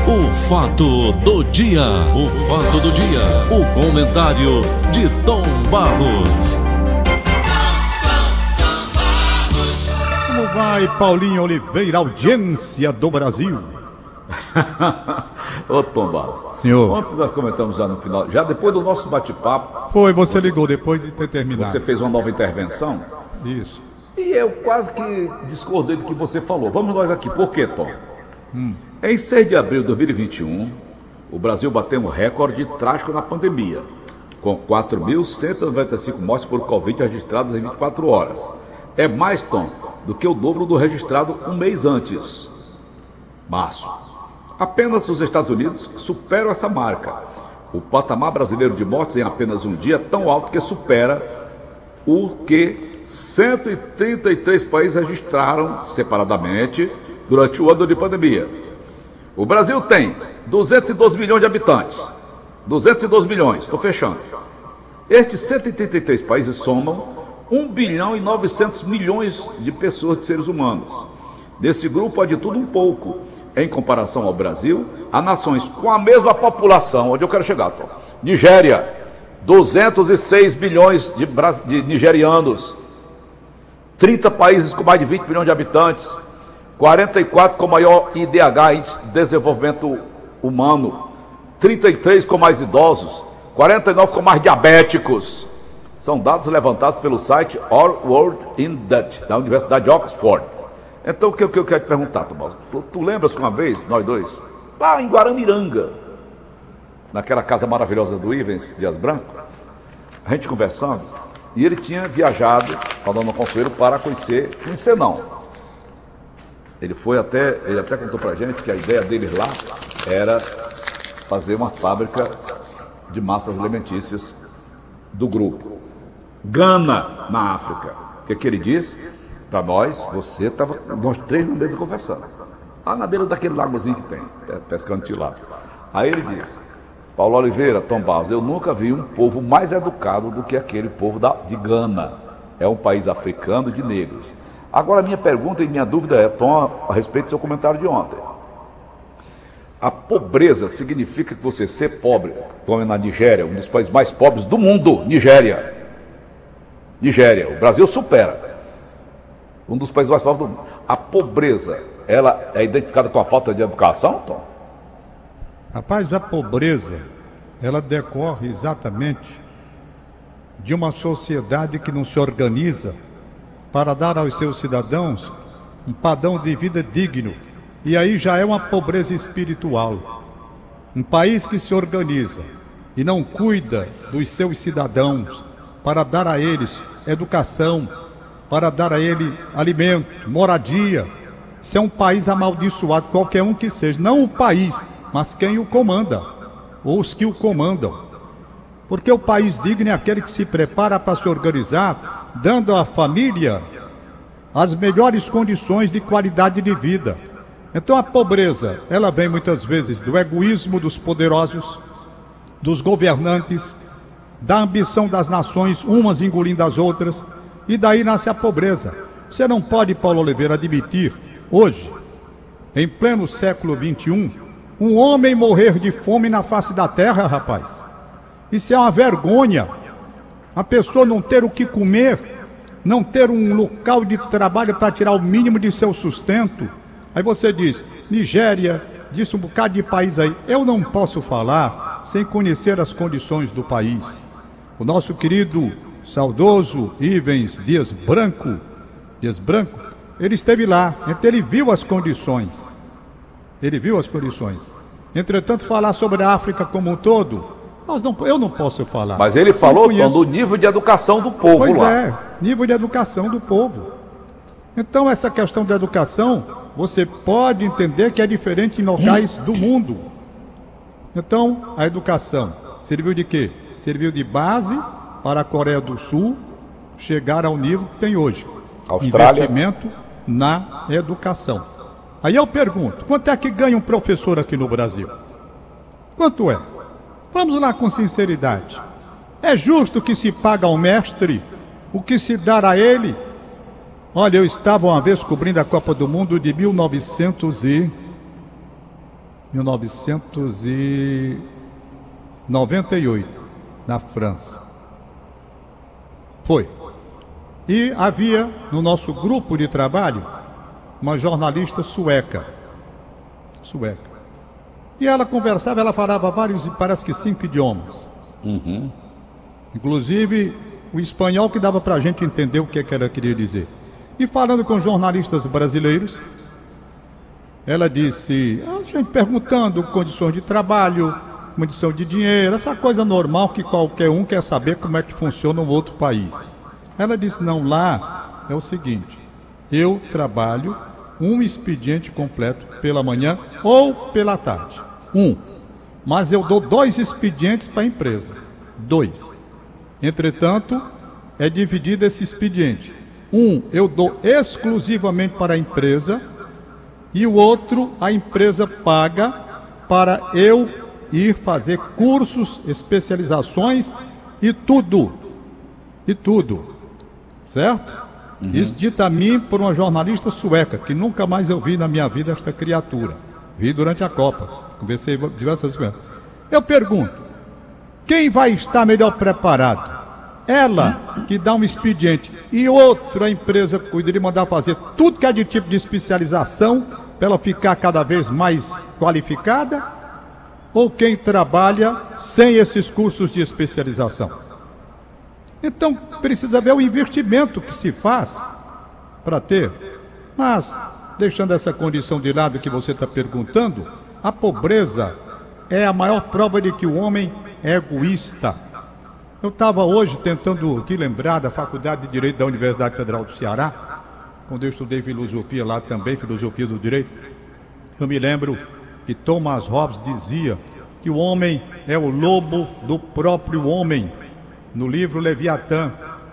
O fato do dia, o fato do dia, o comentário de Tom Barros. Como vai, Paulinho Oliveira, audiência do Brasil? Ô Tom Barros, senhor, ontem nós comentamos já no final, já depois do nosso bate-papo. Foi, você ligou depois de ter terminado. Você fez uma nova intervenção. Isso. E eu quase que discordei do que você falou. Vamos nós aqui, por quê, Tom? Em 6 de abril de 2021, o Brasil bateu um recorde trágico na pandemia, com 4.195 mortes por Covid registradas em 24 horas. É mais, Tom, do que o dobro do registrado um mês antes, março. Apenas os Estados Unidos superam essa marca. O patamar brasileiro de mortes em apenas um dia é tão alto que supera o que 133 países registraram separadamente durante o ano de pandemia. O Brasil tem 212 milhões de habitantes. 212 milhões, estou fechando. Estes 133 países somam 1 bilhão e 900 milhões de pessoas, de seres humanos. Desse grupo há de tudo um pouco. Em comparação ao Brasil, há nações com a mesma população, onde eu quero chegar, Tom. Nigéria, 206 milhões de nigerianos. 30 países com mais de 20 milhões de habitantes. 44 com maior IDH, Índice de Desenvolvimento Humano. 33 com mais idosos. 49 com mais diabéticos. São dados levantados pelo site Our World in Dutch, da Universidade de Oxford. Então, o que eu quero te perguntar, Tomás? Tu lembras que uma vez, nós dois, lá em Guaramiranga, naquela casa maravilhosa do Ivens Dias Branco, a gente conversando, e ele tinha viajado, falando no conselheiro, para conhecer não. Ele até contou pra gente que a ideia dele lá era fazer uma fábrica de massas alimentícias do grupo. Gana, na África. O que ele disse? Para nós, nós três na mesa conversando. Lá na beira daquele lagozinho que tem, pescando tilápia. Aí ele disse: Paulo Oliveira, Tom Barros, eu nunca vi um povo mais educado do que aquele povo de Gana. É um país africano de negros. Agora, minha pergunta e minha dúvida é, Tom, a respeito do seu comentário de ontem. A pobreza significa que você ser pobre, como na Nigéria, um dos países mais pobres do mundo, Nigéria, o Brasil supera. Um dos países mais pobres do mundo. A pobreza, ela é identificada com a falta de educação, Tom? Rapaz, a pobreza, ela decorre exatamente de uma sociedade que não se organiza para dar aos seus cidadãos um padrão de vida digno. E aí já é uma pobreza espiritual. Um país que se organiza e não cuida dos seus cidadãos para dar a eles educação, para dar a ele alimento, moradia. Isso é um país amaldiçoado, qualquer um que seja. Não o país, mas quem o comanda, ou os que o comandam. Porque o país digno é aquele que se prepara para se organizar, dando à família as melhores condições de qualidade de vida. Então a pobreza, ela vem muitas vezes do egoísmo dos poderosos, dos governantes, da ambição das nações, umas engolindo as outras. E daí nasce a pobreza. Você não pode, Paulo Oliveira, admitir, hoje, em pleno século XXI, um homem morrer de fome na face da terra, rapaz. Isso é uma vergonha. A pessoa não ter o que comer, não ter um local de trabalho para tirar o mínimo de seu sustento. Aí você diz, Nigéria, disse um bocado de país aí. Eu não posso falar sem conhecer as condições do país. O nosso querido saudoso Ivens Dias Branco, ele esteve lá, então ele viu as condições. Entretanto, falar sobre a África como um todo, eu não posso falar. Mas ele falou do nível de educação do povo lá. Pois é, nível de educação do povo. Então essa questão da educação, você pode entender que é diferente em locais do mundo. Então, a educação serviu de quê? Serviu de base para a Coreia do Sul chegar ao nível que tem hoje. Austrália. Investimento na educação. Aí eu pergunto, quanto é que ganha um professor aqui no Brasil? Quanto é? Vamos lá com sinceridade. É justo que se paga ao mestre o que se dá a ele? Olha, eu estava uma vez cobrindo a Copa do Mundo de 1900 e 1998, na França. Foi. E havia no nosso grupo de trabalho uma jornalista sueca. E ela conversava, ela falava vários, parece que 5 idiomas. Inclusive o espanhol, que dava pra gente entender o que ela queria dizer. E falando com jornalistas brasileiros, ela disse, a gente perguntando condições de trabalho, condição de dinheiro, essa coisa normal que qualquer um quer saber como é que funciona um outro país. Ela disse, não, lá é o seguinte, eu trabalho um expediente completo pela manhã ou pela tarde. Mas eu dou 2 expedientes para a empresa. 2. Entretanto, é dividido esse expediente. Eu dou exclusivamente para a empresa e o outro a empresa paga para eu ir fazer cursos, especializações e tudo. Certo? Isso dito a mim por uma jornalista sueca, que nunca mais eu vi na minha vida esta criatura. Vi durante a Copa. Conversei diversas vezes. Eu pergunto, quem vai estar melhor preparado? Ela, que dá um expediente, e outra empresa poderia mandar fazer tudo que é de tipo de especialização, para ela ficar cada vez mais qualificada? Ou quem trabalha sem esses cursos de especialização? Então, precisa ver o investimento que se faz para ter. Mas, deixando essa condição de lado que você está perguntando, a pobreza é a maior prova de que o homem é egoísta. Eu estava hoje tentando aqui lembrar da Faculdade de Direito da Universidade Federal do Ceará, quando eu estudei filosofia lá também, filosofia do direito. Eu me lembro que Thomas Hobbes dizia que o homem é o lobo do próprio homem, no livro Leviatã.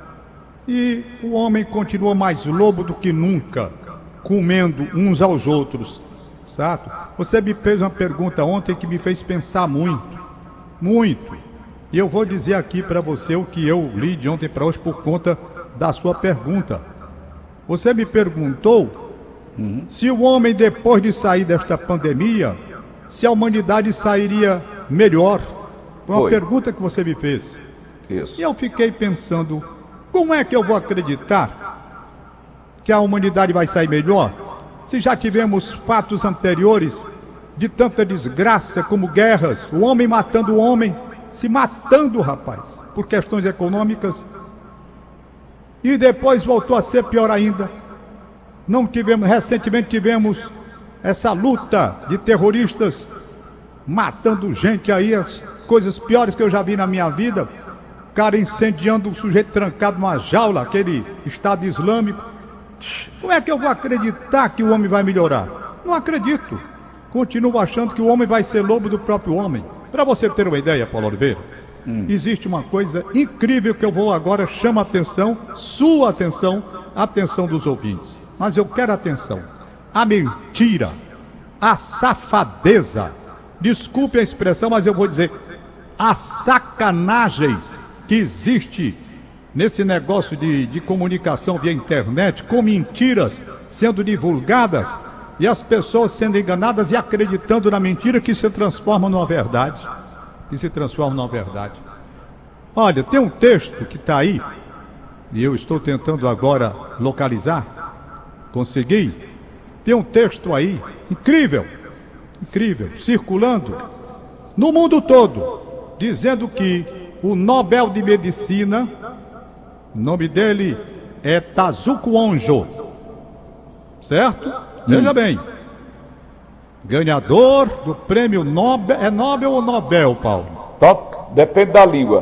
E o homem continua mais lobo do que nunca, comendo uns aos outros, certo? Você me fez uma pergunta ontem que me fez pensar muito. E eu vou dizer aqui para você o que eu li de ontem para hoje por conta da sua pergunta. Você me perguntou se o homem, depois de sair desta pandemia, se a humanidade sairia melhor. Foi uma pergunta que você me fez. Isso. E eu fiquei pensando, como é que eu vou acreditar que a humanidade vai sair melhor, se já tivemos fatos anteriores de tanta desgraça como guerras, o homem matando o homem, se matando, rapaz, por questões econômicas, e depois voltou a ser pior ainda. Recentemente tivemos essa luta de terroristas matando gente aí, as coisas piores que eu já vi na minha vida, cara incendiando um sujeito trancado numa jaula, aquele Estado Islâmico. Como é que eu vou acreditar que o homem vai melhorar? Não acredito. Continuo achando que o homem vai ser lobo do próprio homem. Para você ter uma ideia, Paulo Oliveira, existe uma coisa incrível que eu vou agora chamar a atenção, sua atenção, a atenção dos ouvintes. Mas eu quero atenção. A mentira, a safadeza, desculpe a expressão, mas eu vou dizer, a sacanagem que existe nesse negócio de comunicação via internet, com mentiras sendo divulgadas e as pessoas sendo enganadas e acreditando na mentira que se transforma numa verdade. Olha, tem um texto que está aí, e eu estou tentando agora localizar, consegui. Tem um texto aí, incrível, circulando no mundo todo, dizendo que o Nobel de Medicina, o nome dele é Tasuku Honjo, certo? Veja bem, ganhador do prêmio Nobel, é Nobel ou Nobel, Paulo? Depende da língua.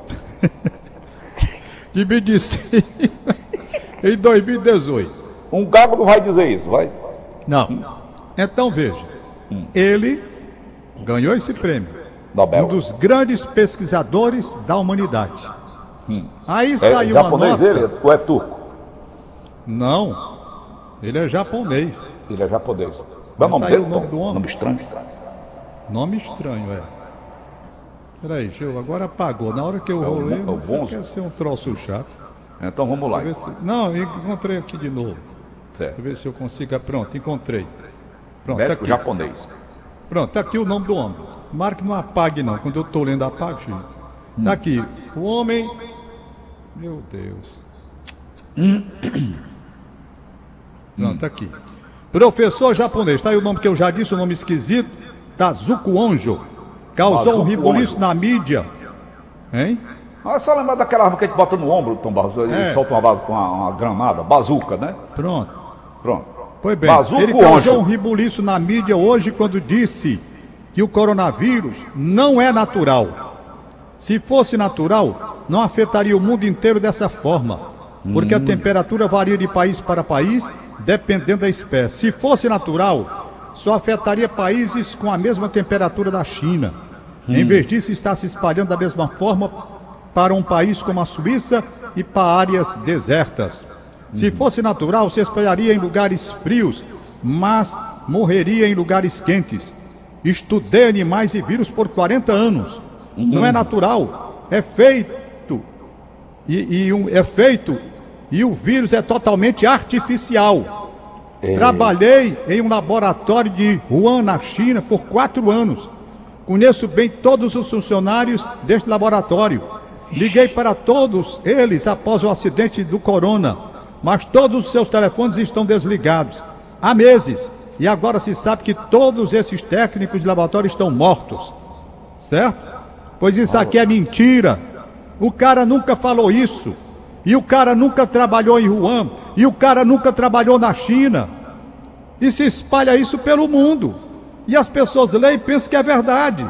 De medicina em 2018. Um gago não vai dizer isso, vai? Não. Então veja, ele ganhou esse prêmio. Nobel. Um dos grandes pesquisadores da humanidade. Aí saiu japonês uma nota. ele ou é turco? Não, ele é japonês. Ele é japonês. Qual é o nome Tá aí dele? o nome do homem. Nome estranho. Nome estranho, é. Peraí, agora apagou. Na hora que eu rolei, você quer ser um troço chato. Então vamos lá. Não, eu encontrei aqui de novo. Certo. Deixa eu ver se eu consigo. Pronto, encontrei. Pronto, Médico aqui. japonês. Pronto, tá aqui o nome do homem. Marque não apague não, quando eu estou lendo apague, filho. Tá aqui, o homem... Meu Deus. Pronto, tá aqui. Professor japonês, tá aí o nome que eu já disse, o nome esquisito. Kazuko Honjo. Causou um rebuliço na mídia. Hein? É só lembrar daquela arma que a gente bota no ombro, Tom Barros, e solta uma granada, bazuca, né? Pronto. Pois bem, ele causou um rebuliço na mídia hoje quando disse que o coronavírus não é natural. Se fosse natural, não afetaria o mundo inteiro dessa forma, porque a temperatura varia de país para país, dependendo da espécie. Se fosse natural, só afetaria países com a mesma temperatura da China. Em vez disso, está se espalhando da mesma forma para um país como a Suíça e para áreas desertas. Se fosse natural, se espalharia em lugares frios, mas morreria em lugares quentes. Estudei animais e vírus por 40 anos. Não é natural, é feito. É feito e o vírus é totalmente artificial. Trabalhei em um laboratório de Wuhan, na China, por 4 anos. Conheço bem todos os funcionários deste laboratório. Liguei para todos eles após o acidente do corona, mas todos os seus telefones estão desligados há meses. E agora se sabe que todos esses técnicos de laboratório estão mortos. Certo? Pois isso aqui é mentira. O cara nunca falou isso. E o cara nunca trabalhou em Wuhan. E o cara nunca trabalhou na China. E se espalha isso pelo mundo. E as pessoas leem e pensam que é verdade.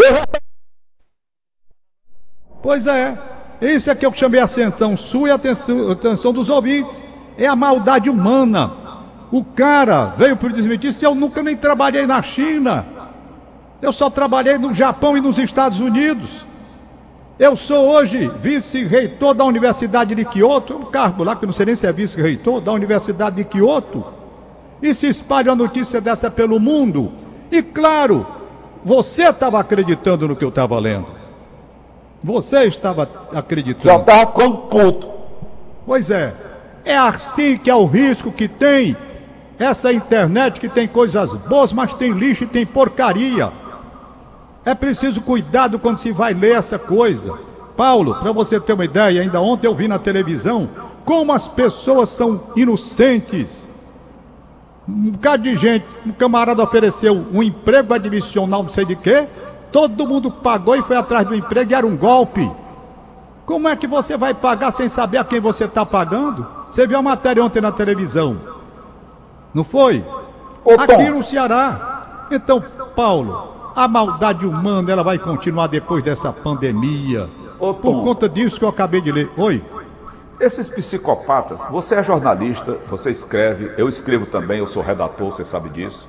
Pois é. Isso é que eu chamei a atenção sua e a atenção dos ouvintes. É a maldade humana. O cara veio para desmentir se eu nunca nem trabalhei na China. Eu só trabalhei no Japão e nos Estados Unidos. Eu sou hoje vice-reitor da Universidade de Kyoto, um cargo lá que eu não sei nem se é vice-reitor, da Universidade de Kyoto. E se espalha a notícia dessa pelo mundo. E claro, você estava acreditando no que eu estava lendo. Você estava acreditando. Já estava ficando puto. Pois é. É assim que é o risco que tem essa internet, que tem coisas boas, mas tem lixo e tem porcaria. É preciso cuidado quando se vai ler essa coisa. Paulo, para você ter uma ideia, ainda ontem eu vi na televisão como as pessoas são inocentes. Um bocado de gente, um camarada ofereceu um emprego admissional, não sei de quê, todo mundo pagou e foi atrás do emprego e era um golpe. Como é que você vai pagar sem saber a quem você está pagando? Você viu a matéria ontem na televisão, não foi? Aqui no Ceará. Então, Paulo, a maldade humana, ela vai continuar depois dessa pandemia. Por conta disso que eu acabei de ler. Oi? Esses psicopatas, você é jornalista, você escreve, eu escrevo também, eu sou redator, você sabe disso.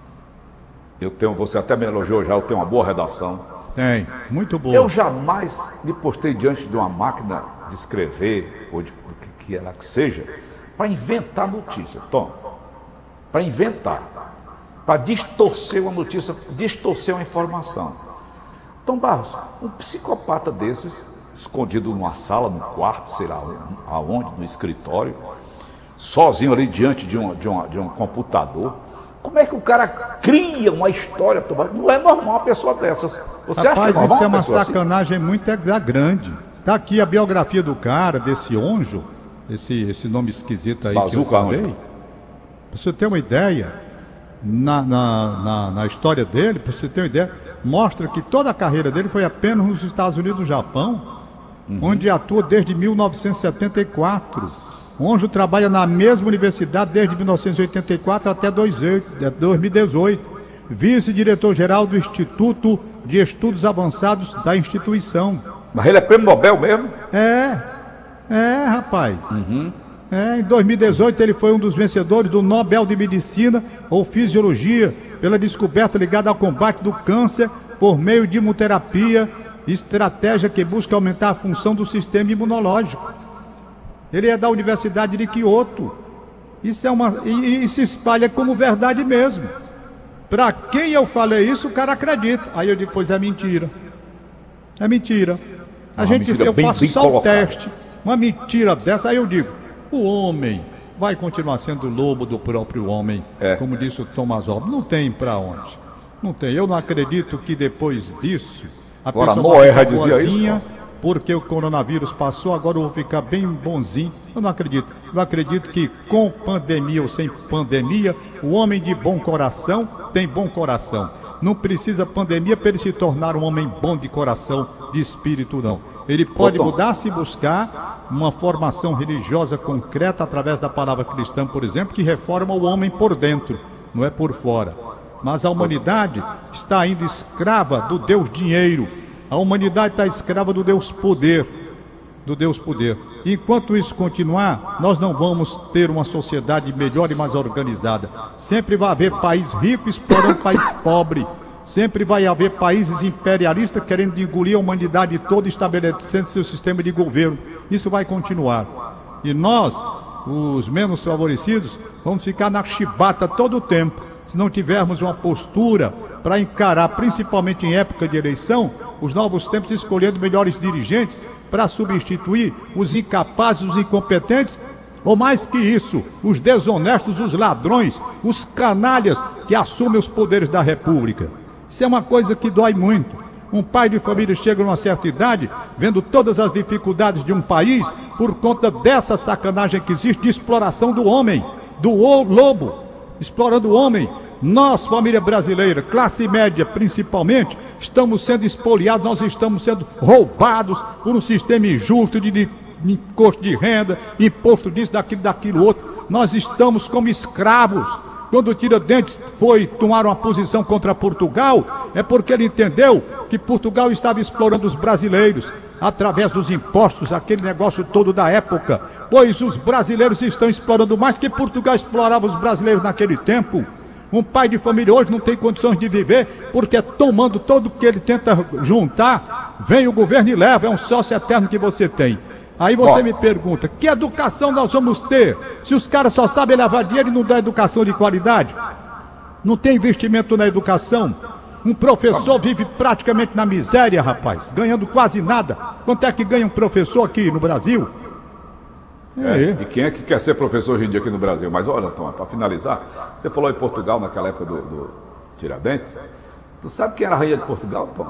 Você até me elogiou já, eu tenho uma boa redação. Tem, muito boa. Eu jamais me postei diante de uma máquina de escrever, ou de que ela que seja, para inventar notícia, Tom. Para inventar. Para distorcer uma notícia, distorcer uma informação. Tom Barros, um psicopata desses, escondido numa sala, num quarto, sei lá aonde, no escritório, sozinho ali diante de um computador, como é que o cara cria uma história, Tom Barros? Não é normal uma pessoa dessas. Você Rapaz, acha que é normal isso é uma sacanagem assim? muito grande. Tá aqui a biografia do cara, desse Honjo, esse nome esquisito aí Bazuca, que eu falei. Pra você ter uma ideia, na história dele, para você ter uma ideia, mostra que toda a carreira dele foi apenas nos Estados Unidos e no Japão, onde atua desde 1974. Honjo trabalha na mesma universidade desde 1984 até 2018. Vice-diretor-geral do Instituto de Estudos Avançados da instituição. Mas ele é prêmio Nobel mesmo? Rapaz. Em 2018 ele foi um dos vencedores do Nobel de Medicina ou Fisiologia pela descoberta ligada ao combate do câncer por meio de imunoterapia, estratégia que busca aumentar a função do sistema imunológico. Ele é da Universidade de Kyoto. Isso e se espalha como verdade mesmo. Para quem eu falei isso, o cara acredita. Aí eu digo, pois é mentira. É mentira. Eu faço só o teste. Uma mentira dessa, aí eu digo, o homem vai continuar sendo o lobo do próprio homem, como disse o Thomas Hobbes. Não tem para onde. Não tem. Eu não acredito que depois disso a Agora, pessoa Noé vai já ficar dizia boazinha, isso, porque o coronavírus passou, agora eu vou ficar bem bonzinho. Eu não acredito. Eu acredito que com pandemia ou sem pandemia, o homem de bom coração tem bom coração. Não precisa pandemia para ele se tornar um homem bom de coração, de espírito, não. Ele pode mudar se buscar uma formação religiosa concreta através da palavra cristã, por exemplo, que reforma o homem por dentro, não é por fora. Mas a humanidade está ainda escrava do Deus dinheiro. A humanidade está escrava do Deus poder. Do Deus poder. Enquanto isso continuar, nós não vamos ter uma sociedade melhor e mais organizada. Sempre vai haver país rico explorando país pobre. Sempre vai haver países imperialistas querendo engolir a humanidade toda, estabelecendo seu sistema de governo. Isso vai continuar. E nós, os menos favorecidos, vamos ficar na chibata todo o tempo. Se não tivermos uma postura para encarar, principalmente em época de eleição, os novos tempos, escolhendo melhores dirigentes para substituir os incapazes, os incompetentes, ou mais que isso, os desonestos, os ladrões, os canalhas que assumem os poderes da República. Isso é uma coisa que dói muito. Um pai de família chega a uma certa idade, vendo todas as dificuldades de um país, por conta dessa sacanagem que existe de exploração do homem, do lobo, explorando o homem. Nós, família brasileira, classe média principalmente, estamos sendo espoliados, nós estamos sendo roubados por um sistema injusto de imposto de renda, imposto disso, daquilo outro. Nós estamos como escravos. Quando o Tiradentes foi tomar uma posição contra Portugal, é porque ele entendeu que Portugal estava explorando os brasileiros através dos impostos, aquele negócio todo da época, pois os brasileiros estão explorando mais que Portugal explorava os brasileiros naquele tempo. Um pai de família hoje não tem condições de viver, porque tomando todo o que ele tenta juntar, vem o governo e leva, é um sócio eterno que você tem. Aí você me pergunta, que educação nós vamos ter, se os caras só sabem levar dinheiro e não dão educação de qualidade? Não tem investimento na educação. Um professor vive praticamente na miséria, rapaz, ganhando quase nada. Quanto é que ganha um professor aqui no Brasil? E quem é que quer ser professor hoje em dia aqui no Brasil? Mas olha, Tom, para finalizar, você falou em Portugal naquela época do Tiradentes. Tu sabe quem era a rainha de Portugal, Tom?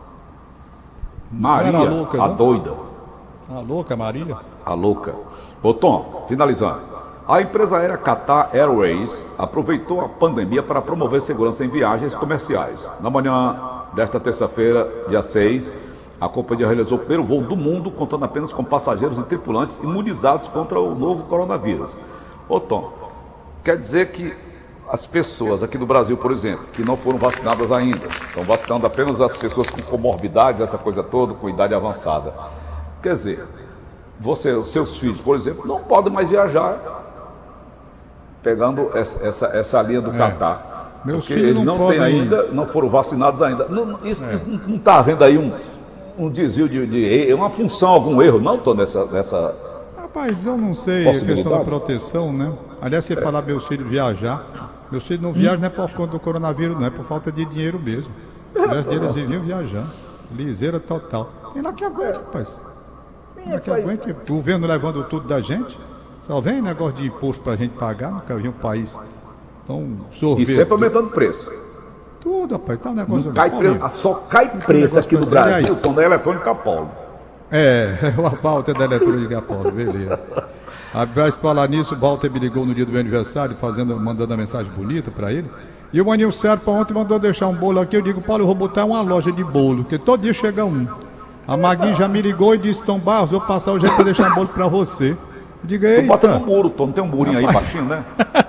Maria, louca, a doida. A louca, Maria? A louca. Ô Tom, finalizando. A empresa aérea Qatar Airways aproveitou a pandemia para promover segurança em viagens comerciais. Na manhã desta terça-feira, dia 6, a companhia realizou o primeiro voo do mundo, contando apenas com passageiros e tripulantes imunizados contra o novo coronavírus. Ô Tom, quer dizer que as pessoas aqui no Brasil, por exemplo, que não foram vacinadas ainda, estão vacinando apenas as pessoas com comorbidades, essa coisa toda, com idade avançada. Quer dizer, você, os seus filhos, por exemplo, não podem mais viajar pegando essa linha do Qatar. Meus porque filhos eles não têm ainda, não foram vacinados ainda. Isso não está havendo aí um desvio de uma função, algum erro, não estou nessa. Rapaz, eu não sei a questão da proteção, né? Aliás, você falar meus filhos viajar, meus filhos não viajam não é por conta do coronavírus, não é por falta de dinheiro mesmo. O resto deles viviam viajando. Liseira total. Tem lá que aguenta, rapaz. Tem lá que aguenta. O governo levando tudo da gente. Só vem negócio de imposto pra gente pagar, nunca vi um país tão sorvete. E sempre aumentando o preço. Tudo, rapaz, tá um negócio. Só cai preço aqui no Brasil quando é eletrônica Apolo. O Walter da eletrônica Apolo, beleza. Atrás de falar nisso, o Walter me ligou no dia do meu aniversário, mandando uma mensagem bonita pra ele. E o Maninho Serpa ontem mandou deixar um bolo aqui. Eu digo, Paulo, eu vou botar uma loja de bolo, porque todo dia chega um. A Maguinha já me ligou e disse, Tom Barros, vou passar o jeito pra deixar um bolo pra você. Diga aí. Tu bota no muro, Tom, não tem um murinho aí baixinho, né?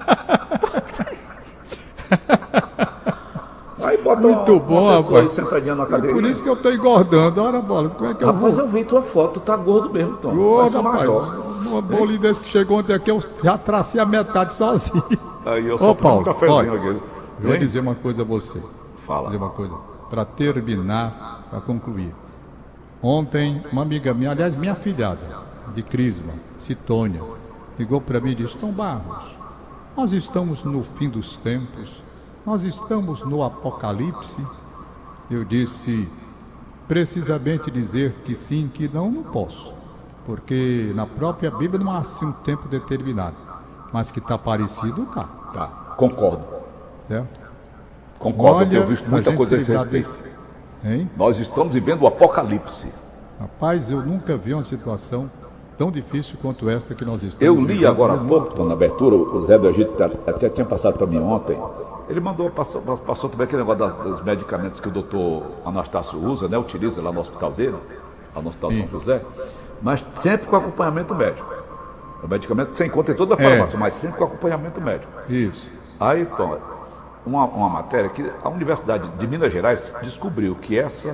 Aí bota muito bom, rapaz. Aí sentadinha na cadeira. Por isso que eu tô engordando. Ora, bola, como é que eu vou? Rapaz, eu vi tua foto, tu tá gordo mesmo, Tom. Gordo, rapaz. Um bolinho desse que chegou ontem aqui, eu já tracei a metade sozinho. Aí eu só tomo um cafezinho aqui. Eu vou dizer uma coisa a você. Fala. Vou dizer uma coisa. Para terminar, para concluir. Ontem, uma amiga minha, aliás, minha afilhada, de Crisma, Citônia, ligou para mim e disse, Tom Barros, nós estamos no fim dos tempos, nós estamos no apocalipse. Eu disse, precisamente dizer que sim, que não posso, porque na própria Bíblia não há assim um tempo determinado, mas que está parecido, tá. Tá, concordo. Certo? Concordo, eu Olha, tenho visto muita a gente coisa a se esse livrar respeito. Hein? Nós estamos vivendo o apocalipse. Rapaz, eu nunca vi uma situação tão difícil quanto esta que nós estamos Eu li vivendo agora há no pouco, mundo. na abertura, o Zé do Egito até tinha passado para mim ontem. Ele passou também aquele negócio dos medicamentos que o doutor Anastácio usa, né? Utiliza lá no hospital dele, lá no Hospital São José, mas sempre com acompanhamento médico. O medicamento que você encontra em toda a farmácia, mas sempre com acompanhamento médico. Isso. Aí, então, uma matéria que a Universidade de Minas Gerais descobriu que essa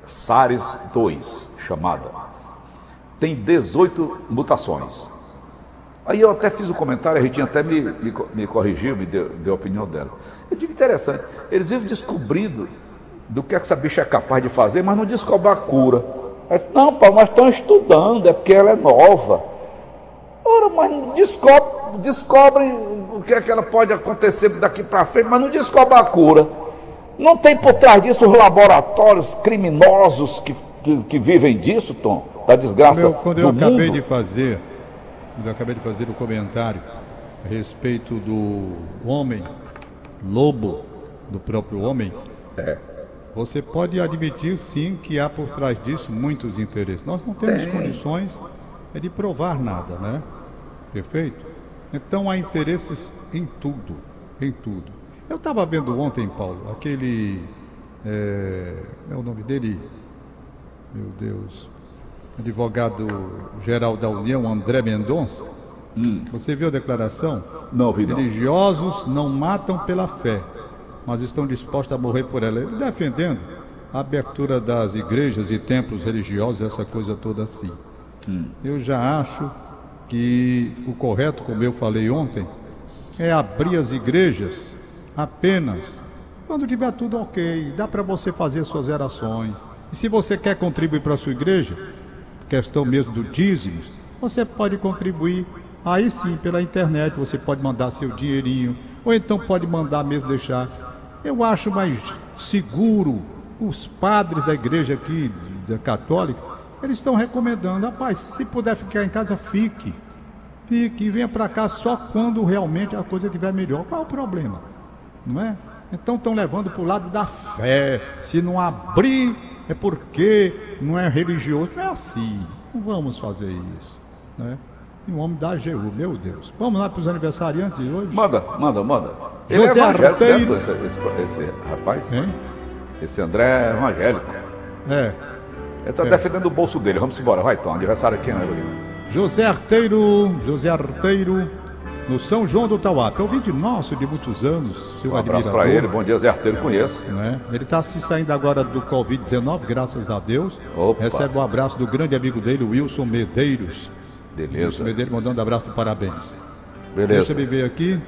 SARS-2, chamada, tem 18 mutações. Aí eu até fiz um comentário, a Ritinha até me corrigiu, me deu a opinião dela. Eu digo interessante, eles vivem descobrindo do que essa bicha é capaz de fazer, mas não descobrem a cura. Aí, não, Paulo, mas estão estudando, é porque ela é nova. Ora, mas descobrem o que é que ela pode acontecer daqui para frente, mas não descobrem a cura. Não tem por trás disso os laboratórios criminosos que vivem disso, Tom? Da desgraça Quando do eu mundo? acabei de fazer o comentário a respeito do homem lobo, do próprio homem, você pode admitir sim que há por trás disso muitos interesses. Nós não temos condições de provar nada, né? Perfeito? Então há interesses em tudo, em tudo. Eu estava vendo ontem, Paulo, aquele é o nome dele, meu Deus, advogado-geral da União, André Mendonça. Você viu a declaração? Não, vi não. Religiosos não matam pela fé, mas estão dispostos a morrer por ela. Ele defendendo a abertura das igrejas e templos religiosos, essa coisa toda assim. Eu já acho que o correto, como eu falei ontem, é abrir as igrejas apenas quando tiver tudo ok. Dá para você fazer suas orações. E se você quer contribuir para a sua igreja, questão mesmo do dízimo, você pode contribuir aí sim pela internet, você pode mandar seu dinheirinho, ou então pode mandar mesmo deixar. Eu acho mais seguro. Os padres da igreja aqui, da católica, eles estão recomendando, rapaz, se puder ficar em casa, fique e venha para cá só quando realmente a coisa estiver melhor. Qual é o problema? Não é? Então estão levando para o lado da fé. Se não abrir é porque não é religioso. Não é assim. Não vamos fazer isso, né? E o homem da AGU, meu Deus. Vamos lá para os aniversariantes de hoje? Manda. Ele José é evangélico, Arteiro. né, esse rapaz? Hein? Esse André é evangélico. É. Ele está defendendo o bolso dele. Vamos embora, vai, Tom. Aniversário aqui, né, José Arteiro, no São João do Tauap. É ouvinte nosso de muitos anos, seu Um abraço admirador. para ele. Bom dia, Zé Arteiro, conheço. Né? Ele está se saindo agora do Covid-19, graças a Deus. Opa. Recebe um abraço do grande amigo dele, Wilson Medeiros. Wilson Beleza. Medeiros mandando abraço de parabéns. Beleza. Deixa eu ver aqui.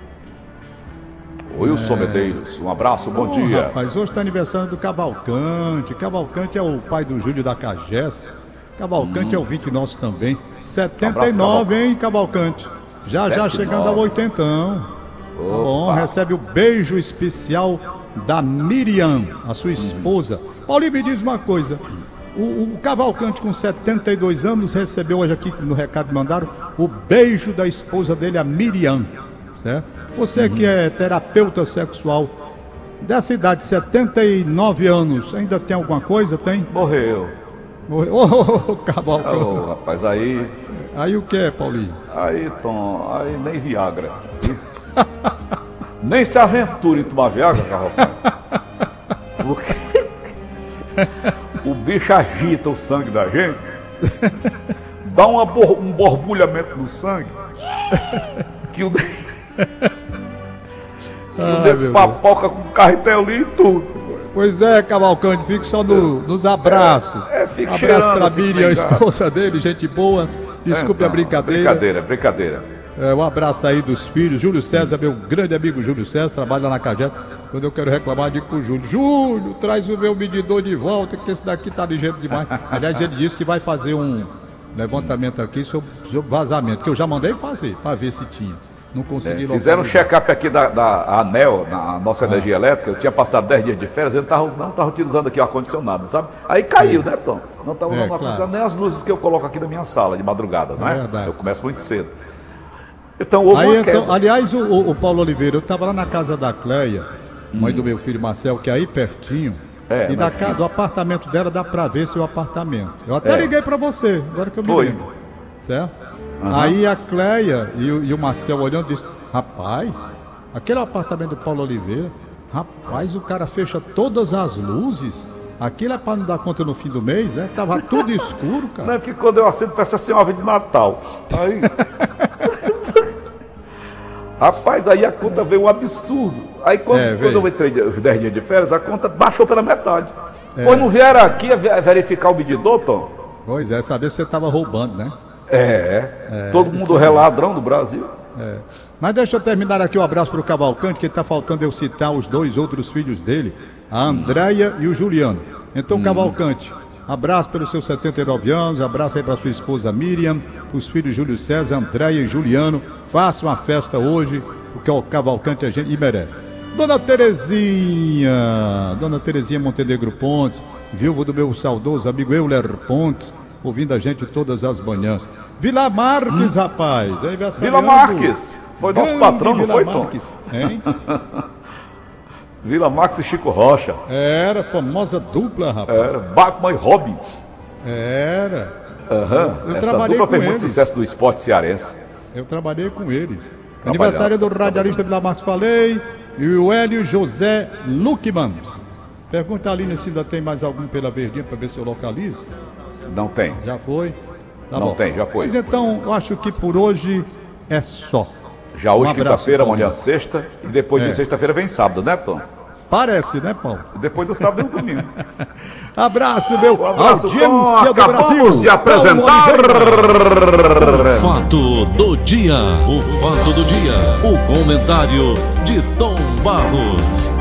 Wilson Medeiros, um abraço, bom dia. Rapaz, hoje está aniversário do Cavalcante. Cavalcante é o pai do Júlio da Cagés. Cavalcante é ouvinte nosso também. 79, hein, Cavalcante? Já 79. chegando ao 80. Bom, recebe o beijo especial da Miriam, a sua esposa. Paulinho, me diz uma coisa. O Cavalcante, com 72 anos, recebeu hoje aqui no recado que mandaram o beijo da esposa dele, a Miriam. Certo? Você que é terapeuta sexual, dessa idade, 79 anos, ainda tem alguma coisa? Tem? Morreu. Ô, Cavalcante. Ô, rapaz, aí, Aí o que é, Paulinho? Tom, aí nem Viagra. Nem se aventure em tomar Viagra, Cavalcante. Porque o bicho agita o sangue da gente, dá um borbulhamento no sangue, que o dedo papoca com carretel ali e tudo. Pois é, Cavalcante, fique só nos abraços. Fique Abraço cheirando pra assim, Miriam, a legal. esposa dele, gente boa. Desculpe a brincadeira. Brincadeira. Um abraço aí dos filhos. Júlio César, meu grande amigo Júlio César, trabalha lá na Cagé. Quando eu quero reclamar, eu digo pro Júlio: Júlio, traz o meu medidor de volta, que esse daqui tá ligeiro demais. Aliás, ele disse que vai fazer um levantamento aqui sobre vazamento, que eu já mandei fazer, para ver se tinha. Não consegui Fizeram um localizar. check-up aqui da ANEL, na nossa energia elétrica. Eu tinha passado 10 dias de férias, eu não estava utilizando aqui o ar-condicionado, sabe? Aí caiu, né, Tom? Não estava usando o ar-condicionado, nem as luzes que eu coloco aqui na minha sala de madrugada, não é? Verdade. Eu começo muito cedo. Então houve Aí, uma queda. aliás, o Paulo Oliveira, eu estava lá na casa da Cleia mãe do meu filho Marcel, que é aí pertinho. E do apartamento dela dá pra ver seu apartamento. Eu até liguei pra você, agora que eu me lembro. Certo? Aí a Cleia e o Marcel olhando disse: rapaz, aquele apartamento do Paulo Oliveira, rapaz, o cara fecha todas as luzes. Aquilo é pra não dar conta no fim do mês, é? Tava tudo escuro, cara. Não, é porque quando eu acendo parece assim uma árvore de Natal. Aí... Rapaz, aí a conta veio um absurdo. Aí quando eu entrei os 10 dias de férias, a conta baixou pela metade. Pois não vieram aqui verificar o medidor, Tom? Pois é, saber se você estava roubando, né? Todo mundo é ladrão do Brasil. Mas deixa eu terminar aqui um abraço para o Cavalcante, que está faltando eu citar os 2 outros filhos dele, a Andréia e o Juliano. Então, Cavalcante, abraço pelos seus 79 anos, abraço aí para sua esposa Miriam, os filhos Júlio César, Andréia e Juliano. Faça uma festa hoje, porque o Cavalcante a gente merece. Dona Terezinha Montenegro Pontes, viúva do meu saudoso amigo Euler Pontes, ouvindo a gente todas as manhãs. Vila Marques, rapaz. Vila Marques. Foi nosso patrão, não foi, Tom? Hein? Vila Marques e Chico Rocha. Era, famosa dupla, rapaz. Era, Batman e Robin. Era. Eu trabalhei com eles. Fez muito sucesso do esporte cearense. Eu trabalhei com eles. Aniversário do radialista Vila Marques, falei. E o Hélio José Luckmans. Pergunta ali se ainda tem mais algum pela Verdinha para ver se eu localizo. Não tem. Já foi? Tá não bom. Tem, já foi. Mas então, eu acho que por hoje é só. Já hoje, quinta-feira, amanhã sexta, e depois de sexta-feira vem sábado, né, Tom? Parece, né, Paulo? Depois do sábado e do domingo. Abraço, meu. Abraço, audiência do Brasil. De apresentar o fato do dia. O fato do dia. O comentário de Tom Barros.